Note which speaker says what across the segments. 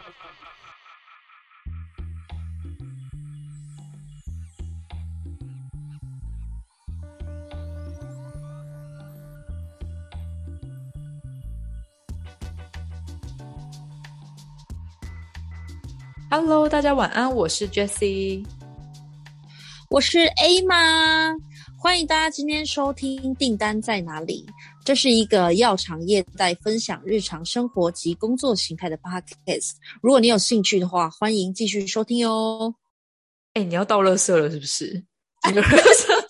Speaker 1: Hello， 大家晚安，我是 Jessie，
Speaker 2: 我是 A 妈，欢迎大家今天收听订单在哪里。这是一个药厂业在分享日常生活及工作形态的 podcast。如果你有兴趣的话，欢迎继续收听哦。
Speaker 1: 你要倒垃圾了是不是？这个垃圾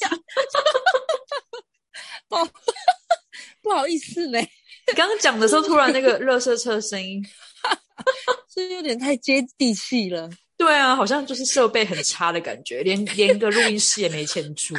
Speaker 2: 不好意思呢，
Speaker 1: 刚刚讲的时候，突然那个垃圾车声音。
Speaker 2: 这有点太接地气了。
Speaker 1: 对啊，好像就是设备很差的感觉，连个录音室也没钱租。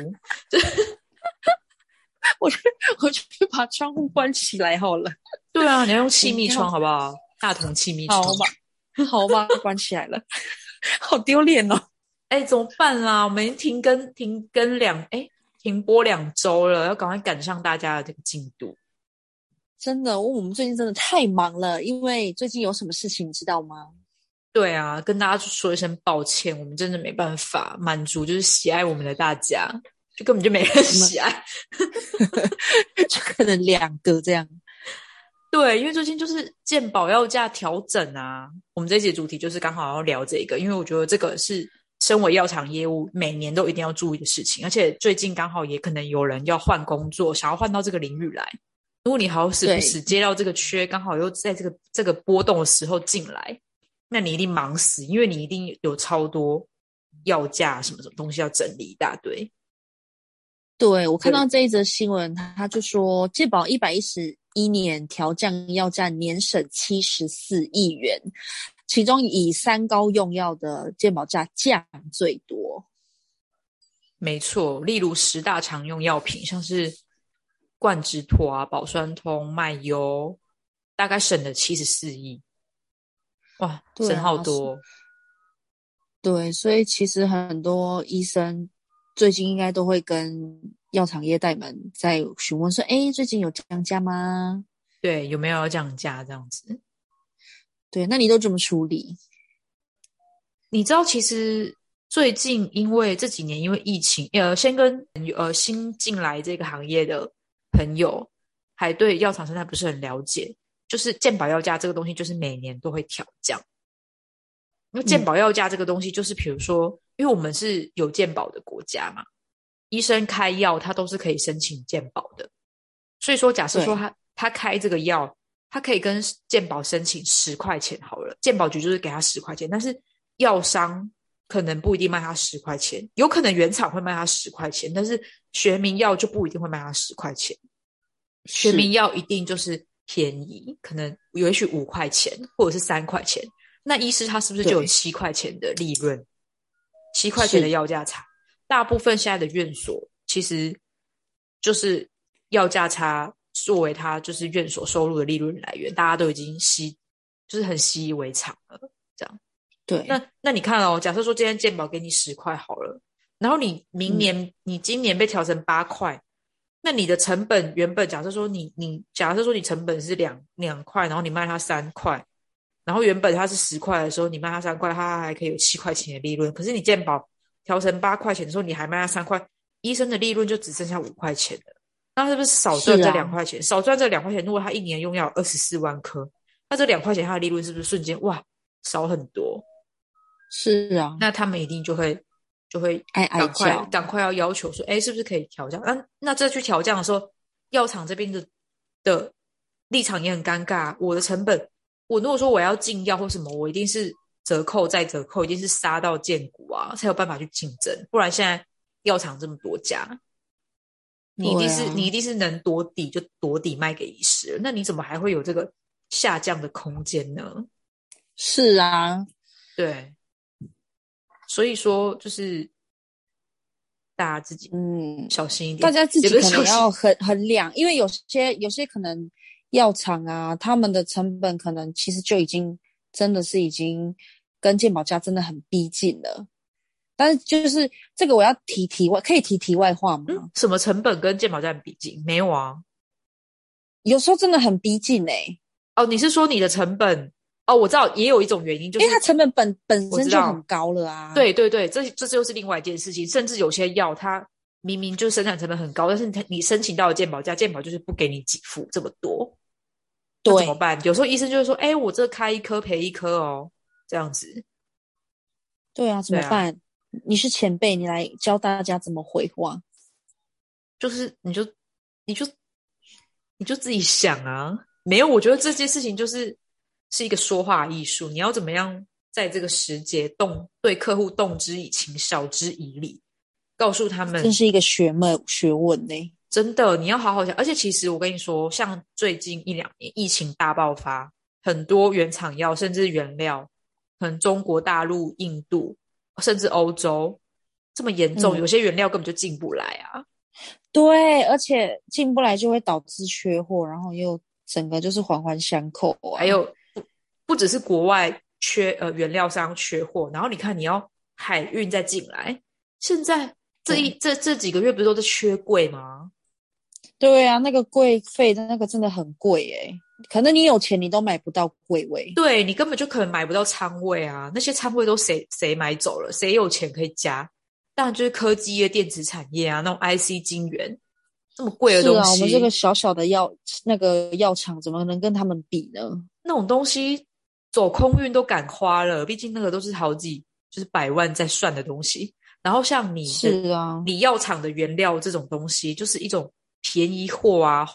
Speaker 2: 我去把窗户关起来好了。
Speaker 1: 对啊，你要用气密窗好不好？大同气密窗。
Speaker 2: 好吧，关起来了。好丢脸哦。
Speaker 1: 怎么办啦？我们已经停播2周了，要赶快赶上大家的这个进度。
Speaker 2: 真的，我们最近真的太忙了，因为最近有什么事情你知道吗？
Speaker 1: 对啊，跟大家说一声抱歉，我们真的没办法满足就是喜爱我们的大家，就根本就没人喜爱。
Speaker 2: 就可能2个这样。
Speaker 1: 对，因为最近就是健保药价调整啊，我们这一集的主题就是刚好要聊这个，因为我觉得这个是身为药厂业务每年都一定要注意的事情，而且最近刚好也可能有人要换工作，想要换到这个领域来。如果你好死不死接到这个缺，刚好又在这个波动的时候进来，那你一定忙死，因为你一定有超多药价什么东西要整理一大堆。
Speaker 2: 对，我看到这一则新闻，他就说健保111年调降药价年省74亿元，其中以3高用药的健保价降最多。
Speaker 1: 没错，例如10大常用药品，像是冠植妥啊、保酸通、麦优，大概省了74亿。哇，省好多。
Speaker 2: 对，所以其实很多医生最近应该都会跟药厂业代们在询问说，最近有降价吗？
Speaker 1: 对，有没有要降价这样子？
Speaker 2: 对，那你都怎么处理？
Speaker 1: 你知道其实最近因为这几年因为疫情，先跟新进来这个行业的朋友还对药厂生态不是很了解，就是健保药价这个东西就是每年都会调降。因为健保药价这个东西就是比如说，因为我们是有健保的国家嘛，医生开药他都是可以申请健保的，所以说假设说他开这个药，他可以跟健保申请10块钱好了，健保局就是给他10块钱，但是药商可能不一定卖他10块钱，有可能原厂会卖他10块钱，但是学名药就不一定会卖他10块钱，学名药一定就是便宜，可能也许5块钱或者是3块钱，那医师他是不是就有7块钱的利润？7块钱的药价差，大部分现在的院所其实就是药价差作为他就是院所收入的利润来源，大家都已经就是很习以为常了，这样。
Speaker 2: 对，
Speaker 1: 那你看哦，假设说今天健保给你10块好了，然后你明年、你今年被调成8块，那你的成本原本假设说你成本是2块，然后你卖它3块，然后原本它是10块的时候，你卖它3块，它还可以有7块钱的利润。可是你健保调成8块钱的时候，你还卖它3块，医生的利润就只剩下5块钱了。那是不是少赚这2块钱？少赚这2块钱，如果他一年用药24万颗，那这2块钱他的利润是不是瞬间哇少很多？
Speaker 2: 是啊，
Speaker 1: 那他们一定就会赶快要求说，是不是可以调降？那这去调降的时候，药厂这边的立场也很尴尬。我的成本，我如果说我要进药或什么，我一定是折扣再折扣，一定是杀到见骨啊，才有办法去竞争。不然现在药厂这么多家，你一定是能多抵就多抵卖给医师，那你怎么还会有这个下降的空间呢？
Speaker 2: 是啊，
Speaker 1: 对。所以说就是大家自己小心一点，
Speaker 2: 大家自己可能要衡量，因为有些可能药厂啊，他们的成本可能其实就已经真的是已经跟健保价真的很逼近了。但是就是这个我要可以提题外话吗？
Speaker 1: 什么成本跟健保价很逼近？没有啊，
Speaker 2: 有时候真的很逼近哦，
Speaker 1: 你是说你的成本哦，我知道也有一种原因，就是
Speaker 2: 因为它成本本
Speaker 1: 我知道，
Speaker 2: 身就很高了啊。
Speaker 1: 对对对，这就是另外一件事情。甚至有些药它明明就生产成本很高，但是你申请到了健保价，健保就是不给你给付这么多，那怎么
Speaker 2: 对
Speaker 1: 办？有时候医生就会说，哎，我这开一颗赔一颗哦，这样子。
Speaker 2: 对啊，怎
Speaker 1: 对啊，
Speaker 2: 么办？你是前辈，你来教大家怎么回话。
Speaker 1: 就是你就你就自己想啊，没有，我觉得这件事情是一个说话艺术，你要怎么样在这个时节对客户动之以情，晓之以理，告诉他们，
Speaker 2: 真是一个学问呢。
Speaker 1: 真的你要好好讲。而且其实我跟你说，像最近一两年疫情大爆发，很多原厂药甚至原料，可能中国大陆、印度甚至欧洲这么严重，有
Speaker 2: 嗯，
Speaker 1: 些原料根本就进不来啊。
Speaker 2: 对，而且进不来就会导致缺货，然后又整个就是环环相扣啊。
Speaker 1: 还有不只是国外原料商缺货，然后你看你要海运再进来，现在
Speaker 2: 对
Speaker 1: 这几个月不是都在缺柜吗？
Speaker 2: 对啊，那个柜费的那个真的很贵诶，可能你有钱你都买不到柜位。
Speaker 1: 对你根本就可能买不到仓位啊，那些仓位都谁买走了？谁有钱可以加？当然就是科技业、电子产业啊，那种 IC 晶圆这么贵的东
Speaker 2: 是啊，我们这个
Speaker 1: 西，
Speaker 2: 小小的那个药厂怎么能跟他们比呢？
Speaker 1: 那种东西走空运都敢花了，毕竟那个都是就是百万在算的东西。然后像
Speaker 2: 是啊，
Speaker 1: 你药厂的原料这种东西，就是一种便宜货啊，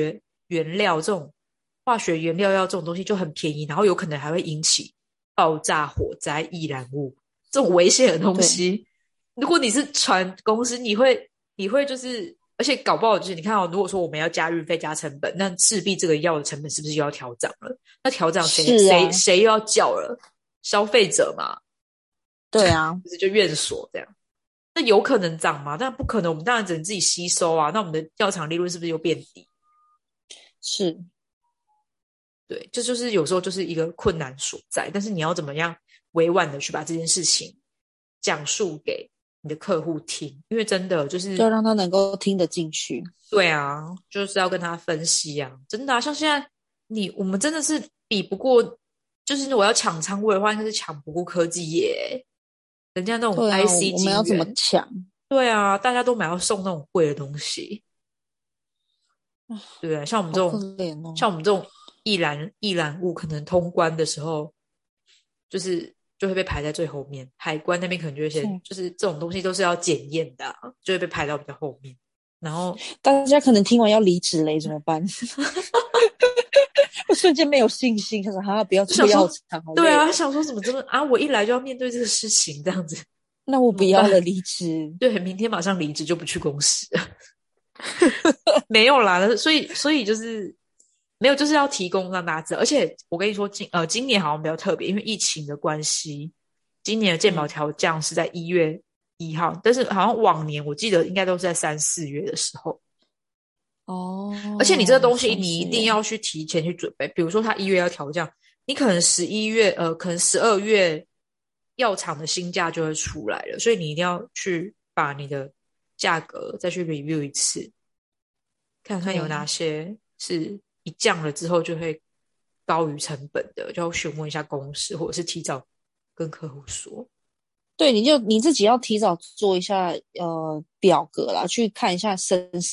Speaker 1: 化学原料药这种东西就很便宜，然后有可能还会引起爆炸、火灾、易燃物这种危险的东
Speaker 2: 对，
Speaker 1: 西。如果你是船公司，你会就是，而且搞不好就是你看哦，如果说我们要加运费加成本，那势必这个药的成本是不是又要调涨了？那调涨
Speaker 2: 是啊，
Speaker 1: 谁又要缴了？消费者嘛，
Speaker 2: 对啊，
Speaker 1: 就是就院所这样。那有可能涨吗？但不可能，我们当然只能自己吸收啊。那我们的药厂利润是不是又变低？
Speaker 2: 是。
Speaker 1: 对，这就是有时候就是一个困难所在。但是你要怎么样委婉的去把这件事情讲述给你的客户听？因为真的就是
Speaker 2: 要让他能够听得进去。
Speaker 1: 对啊，就是要跟他分析啊，真的啊，像现在我们真的是比不过，就是我要抢仓位的话，应该是抢不过科技业，人家那种
Speaker 2: 对啊，我
Speaker 1: IC
Speaker 2: 我们要怎么
Speaker 1: 晶圆，
Speaker 2: 抢？
Speaker 1: 对啊，大家都买要送那种贵的东西，对不对？
Speaker 2: 好可怜哦。
Speaker 1: 像我们这种易燃物，可能通关的时候，就会被排在最后面，海关那边可能就会先，
Speaker 2: 是，
Speaker 1: 就是这种东西都是要检验的啊就会被排到比较后面，然后
Speaker 2: 大家可能听完要离职嘞，怎么办？我瞬间没有信心，他说哈，不要
Speaker 1: 就想说，
Speaker 2: 做药厂，好
Speaker 1: 对啊，
Speaker 2: 累哦。
Speaker 1: 想说怎么这么啊？我一来就要面对这个事情，这样子
Speaker 2: 那我
Speaker 1: 怎么办？
Speaker 2: 不要了，离职。
Speaker 1: 对，明天马上离职就不去公司了。没有啦，所以就是没有，就是要提供让大家知道。而且我跟你说，今年好像比较特别，因为疫情的关系，今年的健保
Speaker 2: 嗯，
Speaker 1: 调降是在1月1号，但是好像往年我记得应该都是在3、4月的时候。而且你这个
Speaker 2: 哦，
Speaker 1: 东西，你一定
Speaker 2: 3、4月，
Speaker 1: 要去提前去准备。比如说，他1月要调降，你可能11月，可能12月药厂的新价就会出来了，所以你一定要去把你的价格再去 review 一次，看看有哪
Speaker 2: 对
Speaker 1: 些是一降了之后就会高于成本的，就要询问一下公司，或者是提早跟客户说。
Speaker 2: 对，你自己要提早做一下表格啦，去看一下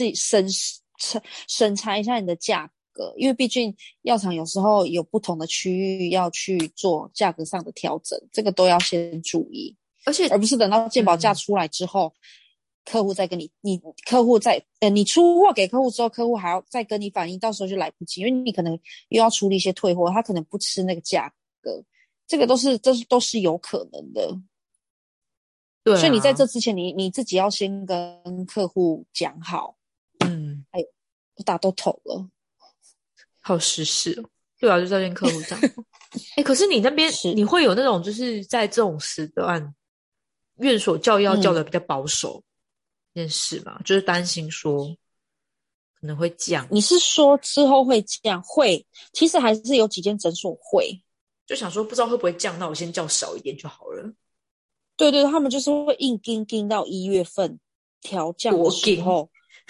Speaker 2: 审查一下你的价格，因为毕竟药厂有时候有不同的区域要去做价格上的调整，这个都要先注意，
Speaker 1: 而且，
Speaker 2: 而不是等到健保价出来之后，客户再跟客户你出货给客户之后，客户还要再跟你反映，到时候就来不及，因为你可能又要处理一些退货，他可能不吃那个价格，这个都是有可能的。所以你在
Speaker 1: 对啊，
Speaker 2: 这之前，你自己要先跟客户讲好。
Speaker 1: 嗯，
Speaker 2: 哎呦，我打都头了。
Speaker 1: 好实事哦。对啊，就是要跟客户讲。哎，可是你那边
Speaker 2: 是，
Speaker 1: 你会有那种就是在这种时段，院所叫药叫的
Speaker 2: 嗯，
Speaker 1: 比较保守这件事嘛，就是担心说可能会降，
Speaker 2: 你是说之后会这样？会，其实还是有几间诊所会。
Speaker 1: 就想说不知道会不会降，那我先叫少一点就好了。
Speaker 2: 对对，他们就是会硬盯到1月份调降的
Speaker 1: 多紧，
Speaker 2: 时候，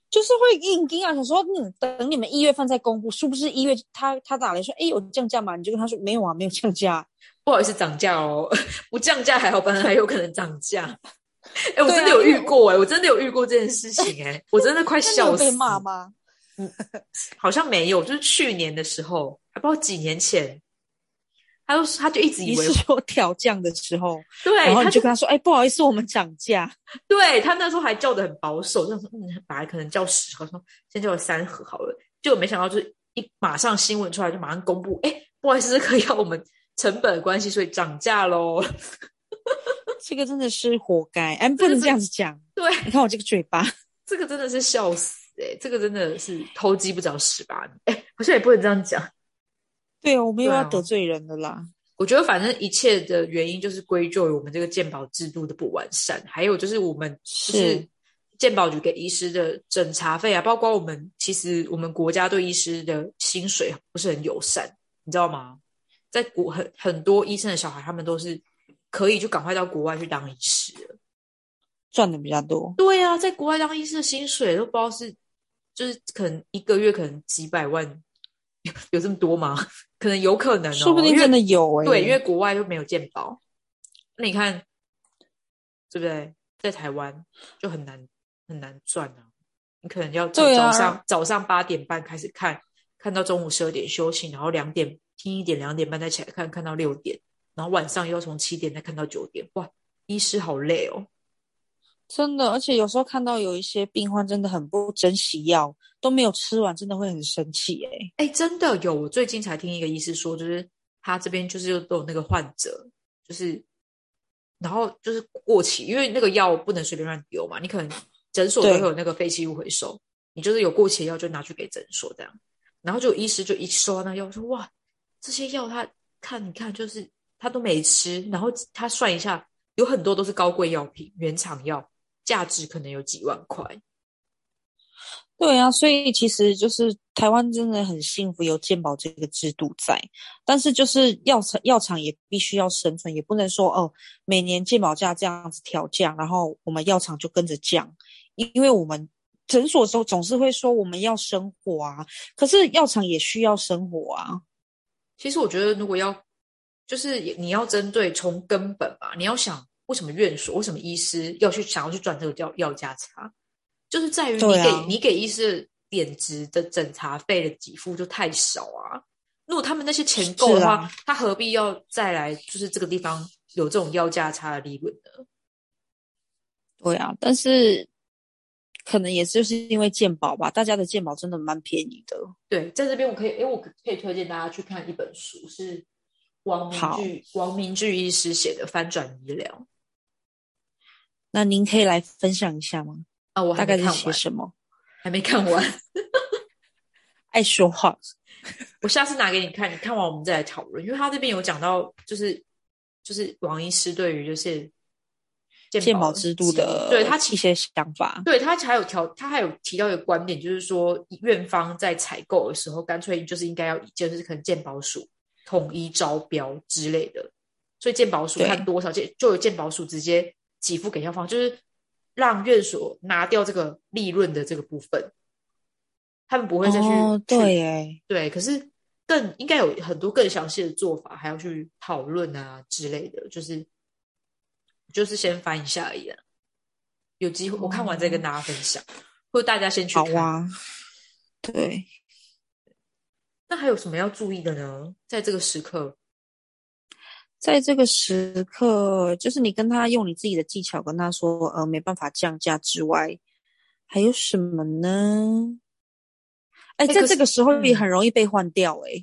Speaker 2: 就是会硬盯啊，想说等你们1月份再公布，是不是1月他打来说，哎，有降价吗？你就跟他说没有啊，没有降价。
Speaker 1: 不好意思，涨价哦，不降价还好，本来还有可能涨价。哎，我真的
Speaker 2: 对啊，
Speaker 1: 有
Speaker 2: 因为
Speaker 1: 遇过哎，我真的有遇过这件事情哎，我真的快
Speaker 2: 那你有被
Speaker 1: 笑死。
Speaker 2: 骂吗？
Speaker 1: 嗯，好像没有，就是去年的时候，还不知道几年前，他就一直以为，
Speaker 2: 你是说调降的时候，然
Speaker 1: 对，
Speaker 2: 后你就跟他说，哎，不好意思，我们涨价。
Speaker 1: 对他那时候还叫的很保守，就说本来可能叫10盒，说先叫了3盒好了，就没想到就是马上新闻出来就马上公布，哎，不好意思，这个要我们成本的关系，所以涨价喽。
Speaker 2: 这个真的是活该，哎，
Speaker 1: 这个是
Speaker 2: 不能这样子讲。
Speaker 1: 对，
Speaker 2: 你看我这个嘴巴。
Speaker 1: 这个真的是笑死哎、这个真的是偷鸡不着蚀把米，哎，好像也不能这样讲。
Speaker 2: 对哦，我们又要得
Speaker 1: 对啊，
Speaker 2: 罪人了啦。
Speaker 1: 我觉得反正一切的原因就是归咎于我们这个健保制度的不完善，还有就是我们就是
Speaker 2: 是，
Speaker 1: 健保局给医师的诊查费啊，包括其实我们国家对医师的薪水不是很友善，你知道吗？在很多医生的小孩，他们都是可以就赶快到国外去当医师了。
Speaker 2: 赚的比较多。
Speaker 1: 对啊，在国外当医生的薪水都不知道是，就是可能一个月可能几百万，有这么多吗？可能有可能哦，因为
Speaker 2: 说不定真的有诶、
Speaker 1: 对，因为国外又没有健保，那你看对不对？在台湾就很难赚啊，你可能要从
Speaker 2: 对
Speaker 1: 早上8点半开始看，看到中午12点休息，然后2点听1点2点半再起来看，看到6点，然后晚上又要从7点再看到9点，哇，医师好累哦。
Speaker 2: 真的，而且有时候看到有一些病患真的很不珍惜药，都没有吃完，真的会很生气诶、
Speaker 1: 哎，真的有！我最近才听一个医师说，就是他这边就是都有那个患者，就是然后就是过期，因为那个药不能随便乱丢嘛，你可能诊所都会
Speaker 2: 对，
Speaker 1: 有那个废弃物回收，你就是有过期的药就拿去给诊所这样，然后就医师就一收到那个药说哇，这些药他看你看就是他都没吃，然后他算一下，有很多都是高贵药品，原厂药，价值可能有几万块。
Speaker 2: 对啊，所以其实就是台湾真的很幸福，有健保这个制度在，但是就是药厂也必须要生存，也不能说哦，每年健保价这样子调降，然后我们药厂就跟着降，因为我们诊所的时候总是会说我们要生活啊，可是药厂也需要生活啊。
Speaker 1: 其实我觉得，如果就是你要针对从根本嘛，你要想为什么院所、为什么医师想要去赚这个药价差，就是在于你
Speaker 2: 对啊，
Speaker 1: 给你给医师的点值的诊查费的给付就太少啊。如果他们那些钱够的话，
Speaker 2: 是啊，
Speaker 1: 他何必要再来就是这个地方有这种药价差的利润呢？
Speaker 2: 对啊，但是可能也就是因为健保吧，大家的健保真的蛮便宜的。
Speaker 1: 对，在这边我可以推荐大家去看一本书，是
Speaker 2: 好，
Speaker 1: 王明志医师写的《翻转医疗》
Speaker 2: 那您可以来分享一下吗？
Speaker 1: 啊，我还
Speaker 2: 大概是
Speaker 1: 没看完，
Speaker 2: 写什么？
Speaker 1: 还没看完。
Speaker 2: 爱说话。
Speaker 1: 我下次拿给你看，你看完我们再来讨论，因为他这边有讲到，就是王医师对于就是健
Speaker 2: 健
Speaker 1: 保
Speaker 2: 保制度
Speaker 1: 对
Speaker 2: 的一些想法。
Speaker 1: 对他还有提到一个观点，就是说院方在采购的时候，干脆就是应该要就是可能健保署统一招标之类的，所以健保署看
Speaker 2: 对，
Speaker 1: 多少就有健保署直接给付给药方，就是让院所拿掉这个利润的这个部分，他们不会再去
Speaker 2: 哦，对，诶，
Speaker 1: 对，可是应该有很多更详细的做法，还要去讨论啊之类的，就是先翻一下而已啊。有机会我看完再跟
Speaker 2: 哦，
Speaker 1: 大家分享，或者大家先去看。
Speaker 2: 好啊，对，
Speaker 1: 那还有什么要注意的呢？在这个时刻，
Speaker 2: 在这个时刻，就是你跟他用你自己的技巧跟他说，没办法降价之外，还有什么呢？哎，
Speaker 1: 哎，可是
Speaker 2: 在这个时候也很容易被换掉，诶，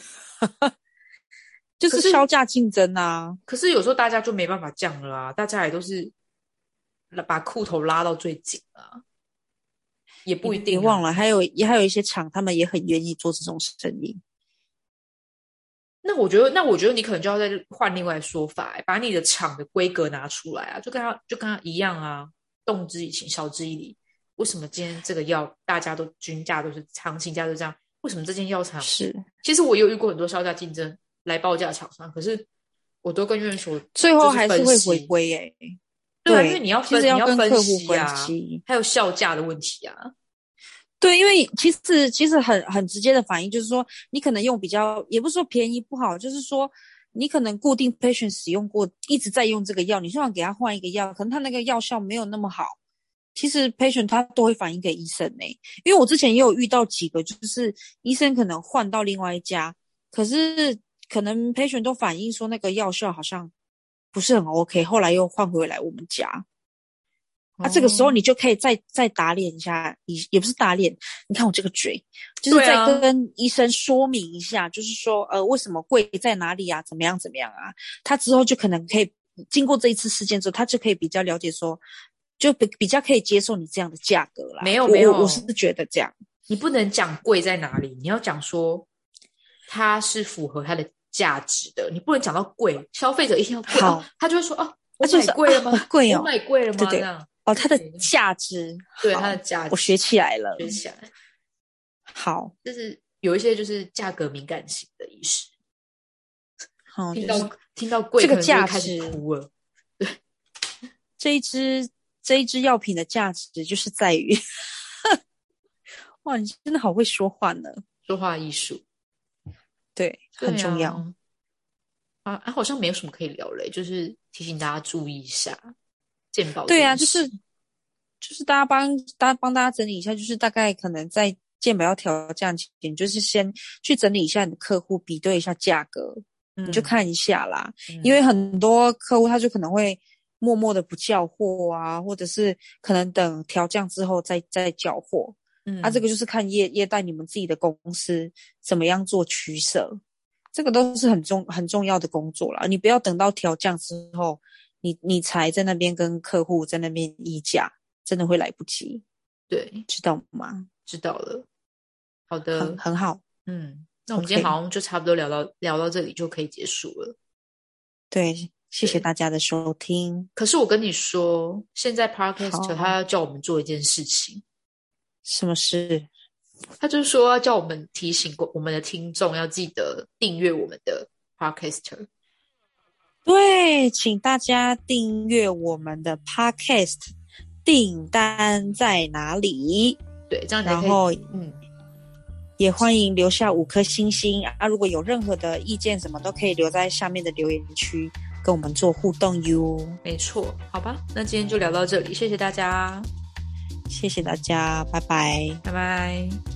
Speaker 2: 就是销
Speaker 1: 可是
Speaker 2: 价竞争啊。
Speaker 1: 可是有时候大家就没办法降了啊，大家也都是把裤头拉到最紧啊，也
Speaker 2: 你
Speaker 1: 不一定啊。
Speaker 2: 别忘了，还有一些厂，他们也很愿意做这种生意。
Speaker 1: 那我觉得你可能就要再换另外说法，把你的厂的规格拿出来啊，就跟他一样啊，动之以情，晓之以理。为什么今天这个药大家都均价都是行情价都这样？为什么这间药厂？
Speaker 2: 是，
Speaker 1: 其实我有遇过很多销价竞争来报价厂商，可是我都跟院所
Speaker 2: 最后
Speaker 1: 就是
Speaker 2: 还是会回
Speaker 1: 分析，
Speaker 2: 归诶。
Speaker 1: 对啊，因为
Speaker 2: 对，其实要
Speaker 1: 你要分
Speaker 2: 跟客户
Speaker 1: 析啊，
Speaker 2: 分析。
Speaker 1: 还有效价的问题啊。
Speaker 2: 对，因为其实很直接的反应就是说，你可能用比较，也不是说便宜不好，就是说你可能固定 patient 使用过，一直在用这个药，你突然给他换一个药，可能他那个药效没有那么好，其实 patient 他都会反映给医生呢。因为我之前也有遇到几个，就是医生可能换到另外一家，可是可能 patient 都反映说那个药效好像不是很 OK，后来又换回来我们家。啊，这个时候你就可以再打脸一下，也不是打脸，你看我这个嘴，就是再跟医生说明一下，就是说为什么贵在哪里啊，怎么样怎么样啊，他之后就可能可以经过这一次事件之后，他就可以比较了解说，就比较可以接受你这样的价格啦。
Speaker 1: 没有，
Speaker 2: 我是觉得这样，
Speaker 1: 你不能讲贵在哪里，你要讲说它是符合它的价值的，你不能讲到贵，消费者一定要贵哦，他就会说哦，我买贵了吗？
Speaker 2: 好贵哦，
Speaker 1: 我买贵了吗？
Speaker 2: 对对，
Speaker 1: 这样
Speaker 2: 哦，它的价值，
Speaker 1: 对它的价值，
Speaker 2: 我学起来了，
Speaker 1: 学起来。
Speaker 2: 好，
Speaker 1: 就是有一些就是价格敏感型的医师，听到贵，
Speaker 2: 这个价值
Speaker 1: 开始哭了。对，
Speaker 2: 这一支药品的价值就是在于，哇，你真的好会说话呢，
Speaker 1: 说话艺术，
Speaker 2: 对，很重要。
Speaker 1: 好像没有什么可以聊嘞，就是提醒大家注意一下健保。
Speaker 2: 对啊，就是大家帮大家整理一下，就是大概可能在健保要调价前，就是先去整理一下你的客户，比对一下价格，你就看一下啦。因为很多客户他就可能会默默的不叫货啊，或者是可能等调降之后再叫货。这个就是看业代你们自己的公司怎么样做取舍。这个都是很重要的工作啦，你不要等到调降之后，你才在那边跟客户在那边议价，真的会来不及。
Speaker 1: 对，
Speaker 2: 知道吗？
Speaker 1: 知道了。好的，
Speaker 2: 很好。
Speaker 1: 那我们今天好像就差不多聊到这里就可以结束了。
Speaker 2: 对，谢谢大家的收听。
Speaker 1: 可是我跟你说，现在 Podcast 他要叫我们做一件事情。
Speaker 2: 什么事？
Speaker 1: 他就是说要叫我们提醒我们的听众要记得订阅我们的 Podcaster。
Speaker 2: 对，请大家订阅我们的 Podcast。订单在哪里？
Speaker 1: 对，这样
Speaker 2: 然后也欢迎留下5颗星星啊！如果有任何的意见，什么都可以留在下面的留言区跟我们做互动哟。
Speaker 1: 没错，好吧，那今天就聊到这里，谢谢大家，
Speaker 2: 谢谢大家，拜拜，
Speaker 1: 拜拜。